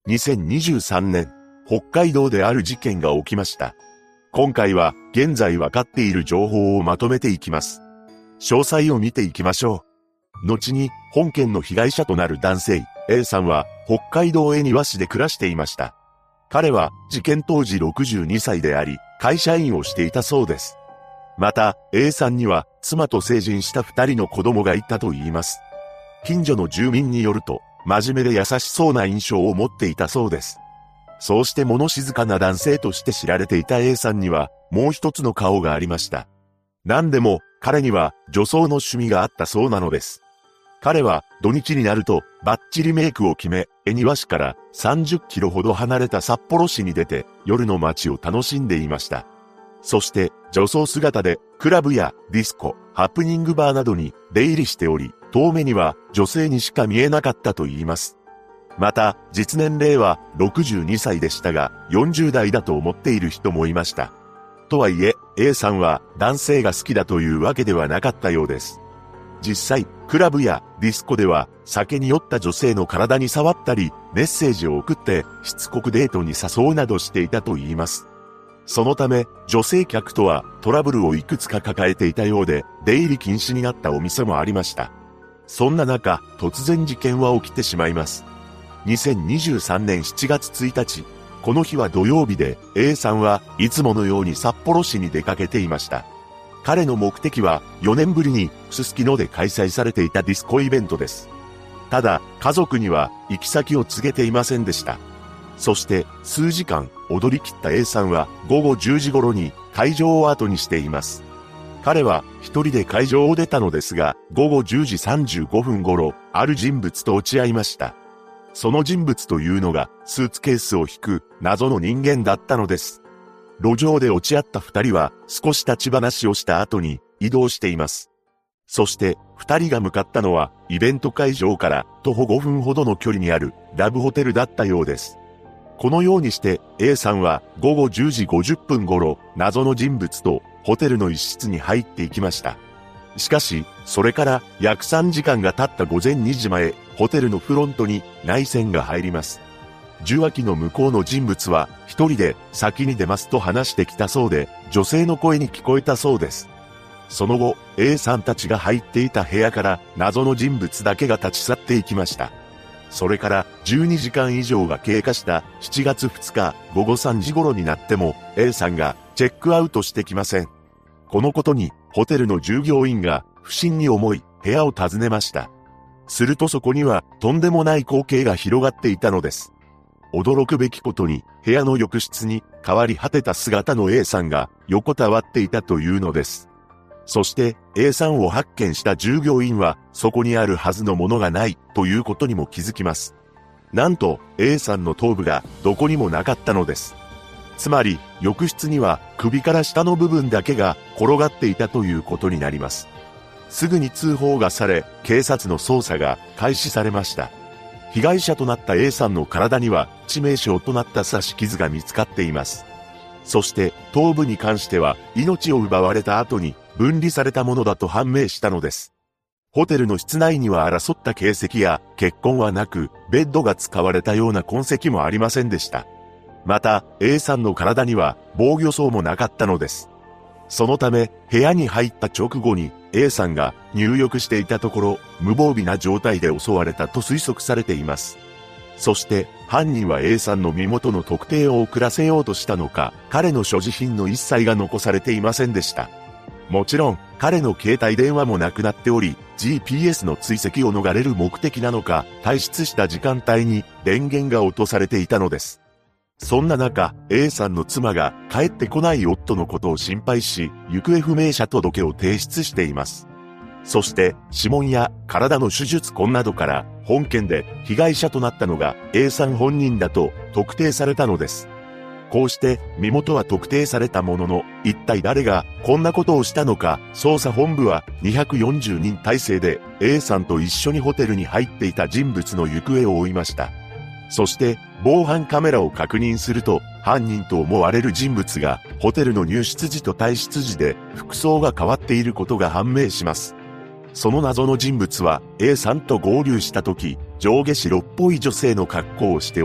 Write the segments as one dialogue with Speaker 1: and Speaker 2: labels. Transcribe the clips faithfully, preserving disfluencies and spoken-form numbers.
Speaker 1: にせんにじゅうさんねん、北海道である事件が起きました。今回は現在わかっている情報をまとめていきます。詳細を見ていきましょう。後に本件の被害者となる男性 A さんは北海道恵庭市で暮らしていました。彼は事件当時ろくじゅうにさいであり、会社員をしていたそうです。また A さんには妻と成人したふたりの子供がいたと言います。近所の住民によると、真面目で優しそうな印象を持っていたそうです。そうして物静かな男性として知られていた A さんには、もう一つの顔がありました。何でも、彼には女装の趣味があったそうなのです。彼は土日になると、バッチリメイクを決め、恵庭市からさんじゅっキロほど離れた札幌市に出て、夜の街を楽しんでいました。そして、女装姿で、クラブやディスコ、ハプニングバーなどに出入りしており、遠目には女性にしか見えなかったと言います。また、実年齢はろくじゅうにさいでしたが、よんじゅうだいだと思っている人もいました。とはいえ、A さんは男性が好きだというわけではなかったようです。実際、クラブやディスコでは酒に酔った女性の体に触ったり、メッセージを送ってしつこくデートに誘うなどしていたと言います。そのため、女性客とはトラブルをいくつか抱えていたようで、出入り禁止になったお店もありました。そんな中、突然事件は起きてしまいます。にせんにじゅうさんねんしちがつついたち、この日は土曜日で A さんはいつものように札幌市に出かけていました。彼の目的はよねんぶりにすすきので開催されていたディスコイベントです。ただ、家族には行き先を告げていませんでした。そして数時間踊り切った A さんはごごじゅうじ頃に会場を後にしています。彼は一人で会場を出たのですが、ごごじゅうじさんじゅうごふん頃、ある人物と落ち合いました。その人物というのが、スーツケースを引く謎の人間だったのです。路上で落ち合った二人は、少し立ち話をした後に移動しています。そして、二人が向かったのは、イベント会場から徒歩ごふんほどの距離にあるラブホテルだったようです。このようにして A さんはごごじゅうじごじゅっぷん頃、謎の人物とホテルの一室に入っていきました。しかし、それから約さんじかんが経った午前にじまえ、ホテルのフロントに内線が入ります。受話器の向こうの人物は一人で先に出ますと話してきたそうで、女性の声に聞こえたそうです。その後、A さんたちが入っていた部屋から謎の人物だけが立ち去っていきました。それからじゅうにじかん以上が経過したしちがつふつかごごさんじ頃になっても A さんがチェックアウトしてきません。このことにホテルの従業員が不審に思い部屋を訪ねました。するとそこにはとんでもない光景が広がっていたのです。驚くべきことに部屋の浴室に変わり果てた姿の A さんが横たわっていたというのです。そして A さんを発見した従業員はそこにあるはずのものがないということにも気づきます。なんと A さんの頭部がどこにもなかったのです。つまり浴室には首から下の部分だけが転がっていたということになります。すぐに通報がされ警察の捜査が開始されました。被害者となった A さんの体には致命傷となった刺し傷が見つかっています。そして頭部に関しては命を奪われた後に分離されたものだと判明したのです。ホテルの室内には争った形跡や血痕はなく、ベッドが使われたような痕跡もありませんでした。また A さんの体には防御創もなかったのです。そのため部屋に入った直後に A さんが入浴していたところ、無防備な状態で襲われたと推測されています。そして犯人は A さんの身元の特定を遅らせようとしたのか、彼の所持品の一切が残されていませんでした。もちろん彼の携帯電話もなくなっており、 ジーピーエス の追跡を逃れる目的なのか、退出した時間帯に電源が落とされていたのです。そんな中 A さんの妻が帰ってこない夫のことを心配し、行方不明者届を提出しています。そして指紋や体の手術痕などから本件で被害者となったのが A さん本人だと特定されたのです。こうして身元は特定されたものの、一体誰がこんなことをしたのか、捜査本部はにひゃくよんじゅうにん体制で A さんと一緒にホテルに入っていた人物の行方を追いました。そして防犯カメラを確認すると、犯人と思われる人物がホテルの入室時と退出時で服装が変わっていることが判明します。その謎の人物は A さんと合流した時、上下白っぽい女性の格好をしており、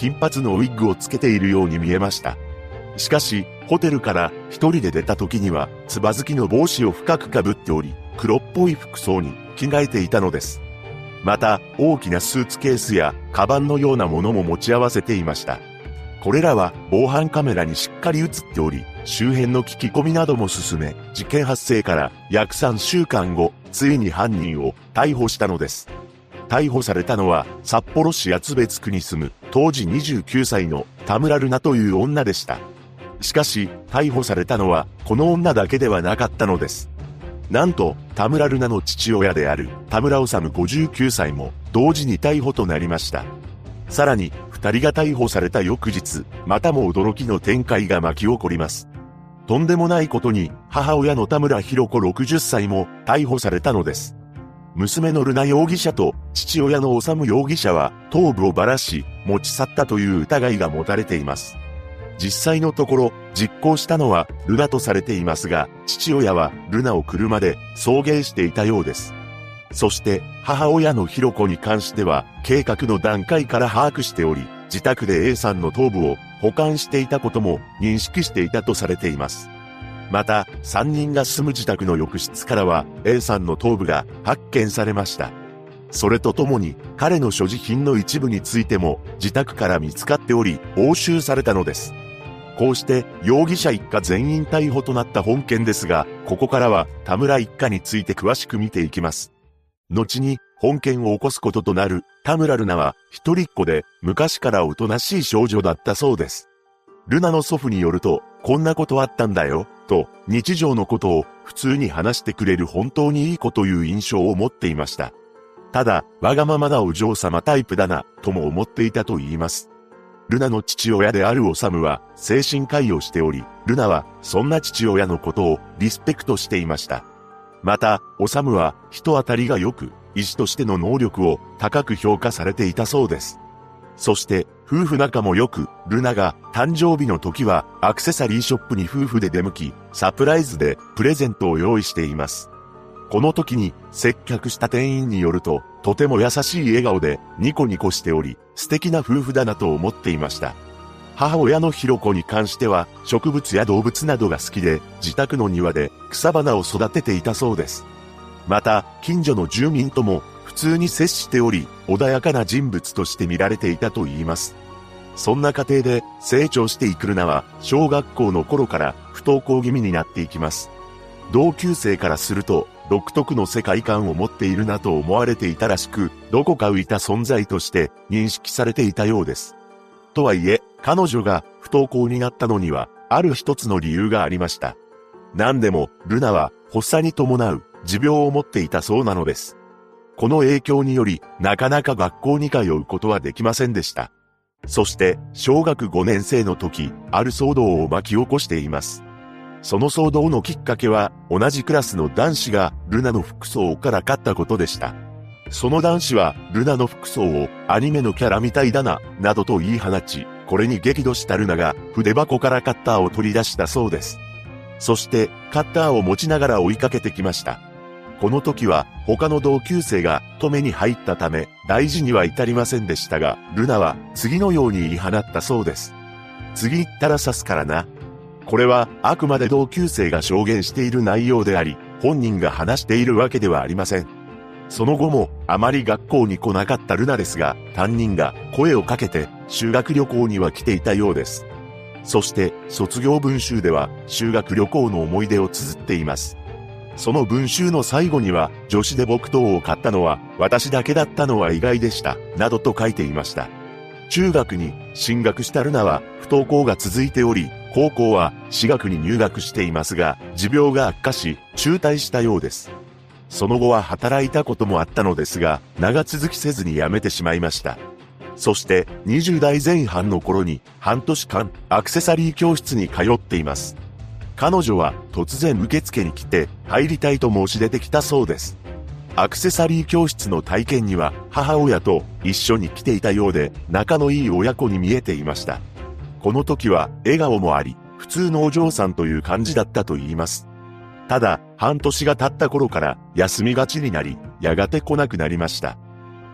Speaker 1: 金髪のウィッグをつけているように見えました。しかし、ホテルから一人で出た時には、つば付きの帽子を深くかぶっており、黒っぽい服装に着替えていたのです。また、大きなスーツケースや、カバンのようなものも持ち合わせていました。これらは防犯カメラにしっかり映っており、周辺の聞き込みなども進め、事件発生から約さんしゅうかんご、ついに犯人を逮捕したのです。逮捕されたのは、札幌市厚別区に住む、当時にじゅうきゅうさいの田村瑠奈という女でした。しかし、逮捕されたのは、この女だけではなかったのです。なんと、田村瑠奈の父親である田村修ごじゅうきゅうさいも、同時に逮捕となりました。さらに、二人が逮捕された翌日、またも驚きの展開が巻き起こります。とんでもないことに、母親の田村弘子ろくじゅっさいも逮捕されたのです。娘の瑠奈容疑者と父親の修容疑者は頭部をばらし、持ち去ったという疑いが持たれています。実際のところ、実行したのは瑠奈とされていますが、父親は瑠奈を車で送迎していたようです。そして母親の弘子に関しては計画の段階から把握しており、自宅で A さんの頭部を保管していたことも認識していたとされています。また、さんにんが住む自宅の浴室からは A さんの頭部が発見されました。それとともに彼の所持品の一部についても自宅から見つかっており、押収されたのです。こうして容疑者一家全員逮捕となった本件ですが、ここからは田村一家について詳しく見ていきます。後に本件を起こすこととなる田村瑠奈は一人っ子で昔からおとなしい少女だったそうです。瑠奈の祖父によると、こんなことあったんだよ、と日常のことを普通に話してくれる本当にいい子という印象を持っていました。ただ、わがままなお嬢様タイプだな、とも思っていたと言います。瑠奈の父親である修は精神科医をしており、瑠奈はそんな父親のことをリスペクトしていました。また、修は人当たりが良く、医師としての能力を高く評価されていたそうです。そして、夫婦仲も良く、瑠奈が誕生日の時はアクセサリーショップに夫婦で出向き、サプライズでプレゼントを用意しています。この時に接客した店員によると、とても優しい笑顔でニコニコしており、素敵な夫婦だなと思っていました。母親の弘子に関しては植物や動物などが好きで、自宅の庭で草花を育てていたそうです。また、近所の住民とも普通に接しており、穏やかな人物として見られていたといいます。そんな過程で成長していく瑠奈は、小学校の頃から不登校気味になっていきます。同級生からすると、独特の世界観を持っているなと思われていたらしく、どこか浮いた存在として認識されていたようです。とはいえ、彼女が不登校になったのには、ある一つの理由がありました。何でも、瑠奈は発作に伴う持病を持っていたそうなのです。この影響により、なかなか学校に通うことはできませんでした。そして、小学ごねん生の時、ある騒動を巻き起こしています。その騒動のきっかけは、同じクラスの男子が瑠奈の服装をからかったことでした。その男子は、瑠奈の服装をアニメのキャラみたいだな、などと言い放ち、これに激怒した瑠奈が筆箱からカッターを取り出したそうです。そして、カッターを持ちながら追いかけてきました。この時は、他の同級生が止めに入ったため、大事には至りませんでしたが、瑠奈は次のように言い放ったそうです。次行ったら刺すからな。これは、あくまで同級生が証言している内容であり、本人が話しているわけではありません。その後も、あまり学校に来なかった瑠奈ですが、担任が声をかけて、修学旅行には来ていたようです。そして、卒業文集では、修学旅行の思い出を綴っています。その文集の最後には、女子で木刀を買ったのは、私だけだったのは意外でした、などと書いていました。中学に進学した瑠奈は、不登校が続いており、高校は私学に入学していますが、持病が悪化し、中退したようです。その後は働いたこともあったのですが、長続きせずに辞めてしまいました。そして、にじゅう代前半の頃に、半年間、アクセサリー教室に通っています。彼女は突然受付に来て、入りたいと申し出てきたそうです。アクセサリー教室の体験には、母親と一緒に来ていたようで、仲のいい親子に見えていました。この時は笑顔もあり、普通のお嬢さんという感じだったと言います。ただ、半年が経った頃から休みがちになり、やがて来なくなりました。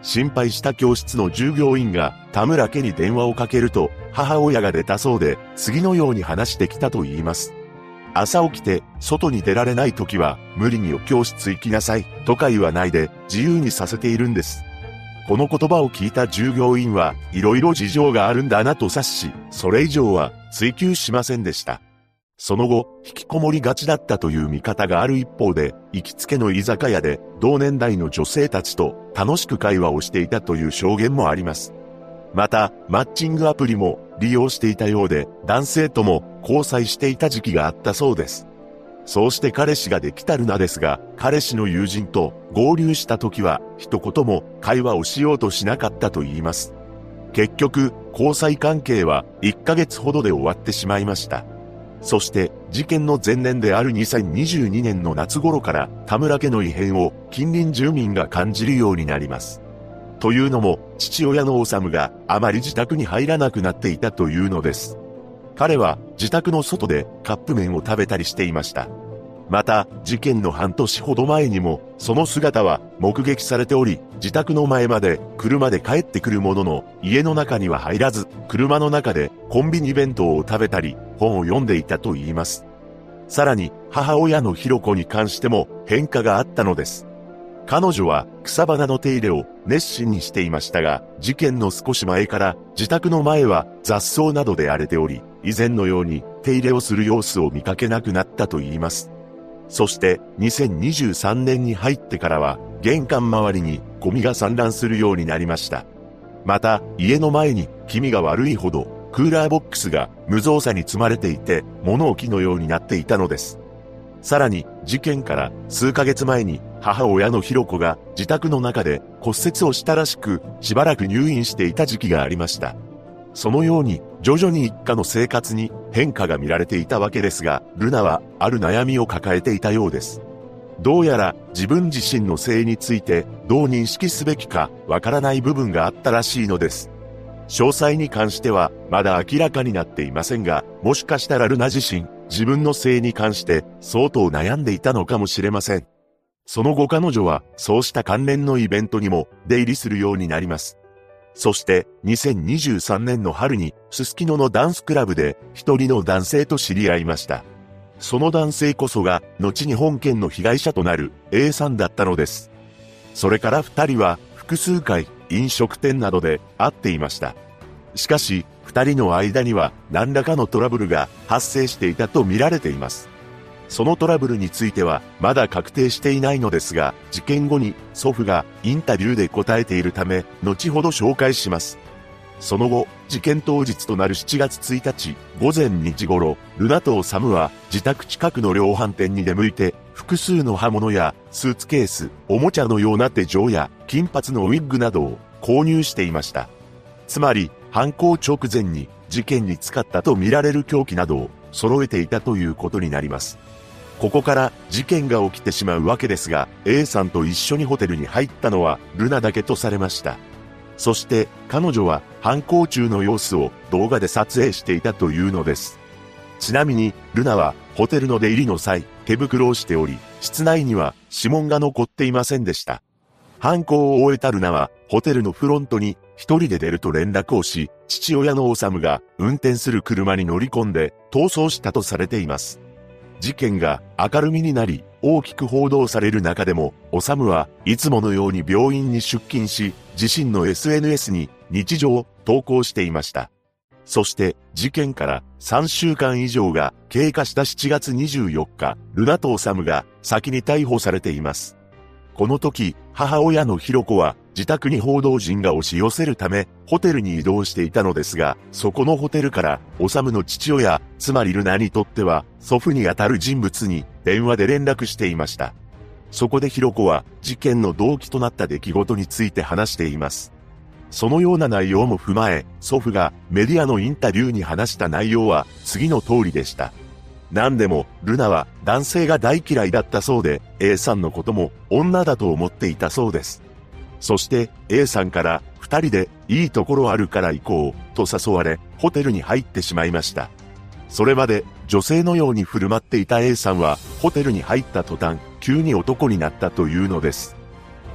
Speaker 1: 心配した教室の従業員が田村家に電話をかけると母親が出たそうで、次のように話してきたと言います。朝起きて外に出られない時は無理に教室行きなさいとか言わないで自由にさせているんです。この言葉を聞いた従業員はいろいろ事情があるんだなと察し、それ以上は追求しませんでした。その後、引きこもりがちだったという見方がある一方で、行きつけの居酒屋で同年代の女性たちと楽しく会話をしていたという証言もあります。また、マッチングアプリも利用していたようで、男性とも交際していた時期があったそうです。そうして彼氏ができたルナですが、彼氏の友人と合流した時は一言も会話をしようとしなかったと言います。結局、交際関係はいっかげつほどで終わってしまいました。そして事件の前年であるにせんにじゅうにねんの夏頃から田村家の異変を近隣住民が感じるようになります。というのも、父親の修があまり自宅に入らなくなっていたというのです。彼は自宅の外でカップ麺を食べたりしていました。また、事件の半年ほど前にも、その姿は目撃されており、自宅の前まで車で帰ってくるものの、家の中には入らず、車の中でコンビニ弁当を食べたり、本を読んでいたと言います。さらに、母親のひろ子に関しても変化があったのです。彼女は草花の手入れを熱心にしていましたが、事件の少し前から自宅の前は雑草などで荒れており、以前のように手入れをする様子を見かけなくなったと言います。そしてにせんにじゅうさんねんに入ってからは玄関周りにゴミが散乱するようになりました。また家の前に気味が悪いほどクーラーボックスが無造作に積まれていて物置のようになっていたのです。さらに事件から数ヶ月前に母親のひろ子が自宅の中で骨折をしたらしくしばらく入院していた時期がありました。そのように徐々に一家の生活に変化が見られていたわけですが、ルナはある悩みを抱えていたようです。どうやら自分自身の性についてどう認識すべきかわからない部分があったらしいのです。詳細に関してはまだ明らかになっていませんが、もしかしたらルナ自身、自分の性に関して相当悩んでいたのかもしれません。その後彼女はそうした関連のイベントにも出入りするようになります。そしてにせんにじゅうさんねんの春にすすきののダンスクラブで一人の男性と知り合いました。その男性こそが後に本件の被害者となる A さんだったのです。それから二人は複数回飲食店などで会っていました。しかし二人の間には何らかのトラブルが発生していたと見られています。そのトラブルについてはまだ確定していないのですが、事件後に祖父がインタビューで答えているため、後ほど紹介します。その後、事件当日となるしちがつついたち午前にじ頃、ルナと修は自宅近くの量販店に出向いて、複数の刃物やスーツケース、おもちゃのような手錠や金髪のウィッグなどを購入していました。つまり、犯行直前に事件に使ったと見られる凶器などを揃えていたということになります。ここから事件が起きてしまうわけですが、A さんと一緒にホテルに入ったのはルナだけとされました。そして彼女は犯行中の様子を動画で撮影していたというのです。ちなみにルナはホテルの出入りの際、手袋をしており、室内には指紋が残っていませんでした。犯行を終えたルナはホテルのフロントに一人で出ると連絡をし、父親の修が運転する車に乗り込んで逃走したとされています。事件が明るみになり大きく報道される中でも、修はいつものように病院に出勤し、自身の エスエヌエス に日常投稿していました。そして事件からさんしゅうかん以上が経過したしちがつにじゅうよっか、ルナと修が先に逮捕されています。この時、母親のひろ子は自宅に報道陣が押し寄せるため、ホテルに移動していたのですが、そこのホテルから、修の父親、つまりルナにとっては、祖父にあたる人物に電話で連絡していました。そこでひろ子は、事件の動機となった出来事について話しています。そのような内容も踏まえ、祖父がメディアのインタビューに話した内容は次の通りでした。何でも、ルナは男性が大嫌いだったそうで、A さんのことも女だと思っていたそうです。そして A さんから二人でいいところあるから行こうと誘われ、ホテルに入ってしまいました。それまで女性のように振る舞っていた A さんはホテルに入った途端、急に男になったというのです。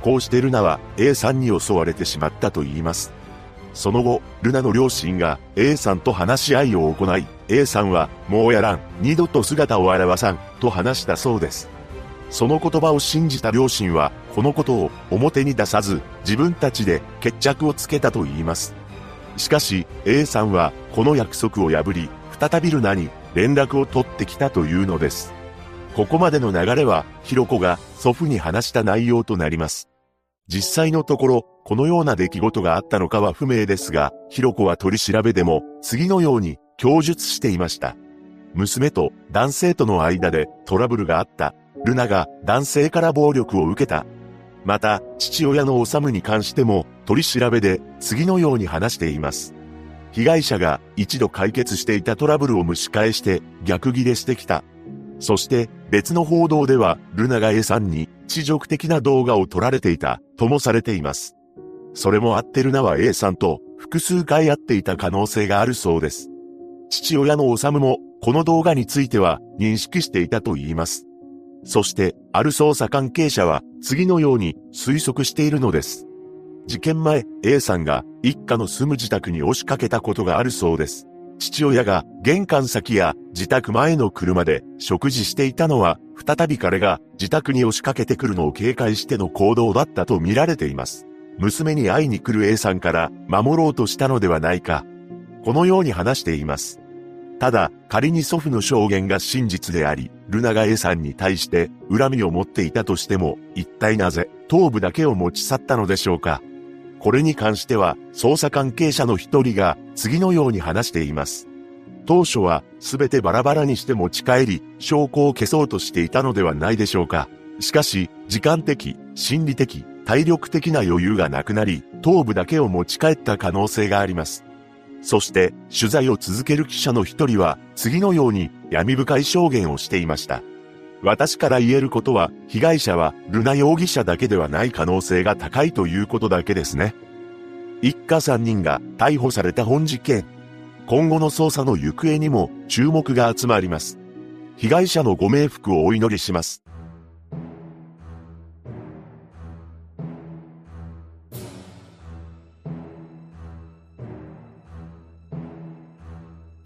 Speaker 1: こうしてルナは A さんに襲われてしまったと言います。その後、ルナの両親が A さんと話し合いを行い、A さんはもうやらん、二度と姿を現さん、と話したそうです。その言葉を信じた両親は、このことを表に出さず、自分たちで決着をつけたと言います。しかし、A さんはこの約束を破り、再びルナに連絡を取ってきたというのです。ここまでの流れは、ヒロコが祖父に話した内容となります。実際のところ、このような出来事があったのかは不明ですが、ヒロコは取り調べでも、次のように供述していました。娘と男性との間でトラブルがあった。ルナが男性から暴力を受けた。また、父親のオサムに関しても、取り調べで次のように話しています。被害者が一度解決していたトラブルを蒸し返して逆ギレしてきた。そして別の報道ではルナが A さんに恥辱的な動画を撮られていたともされています。それもあってルナは A さんと複数回会っていた可能性があるそうです。父親のオサムもこの動画については認識していたと言います。そしてある捜査関係者は次のように推測しているのです。事件前 A さんが一家の住む自宅に押しかけたことがあるそうです。父親が玄関先や自宅前の車で食事していたのは、再び彼が自宅に押しかけてくるのを警戒しての行動だったと見られています。娘に会いに来る A さんから守ろうとしたのではないか。このように話しています。ただ、仮に祖父の証言が真実であり、ルナが A さんに対して恨みを持っていたとしても、一体なぜ頭部だけを持ち去ったのでしょうか。これに関しては、捜査関係者の一人が次のように話しています。当初は全てバラバラにして持ち帰り、証拠を消そうとしていたのではないでしょうか。しかし、時間的、心理的、体力的な余裕がなくなり、頭部だけを持ち帰った可能性があります。そして、取材を続ける記者の一人は、次のように闇深い証言をしていました。私から言えることは、被害者はルナ容疑者だけではない可能性が高いということだけですね。一家三人が逮捕された本事件。今後の捜査の行方にも注目が集まります。被害者のご冥福をお祈りします。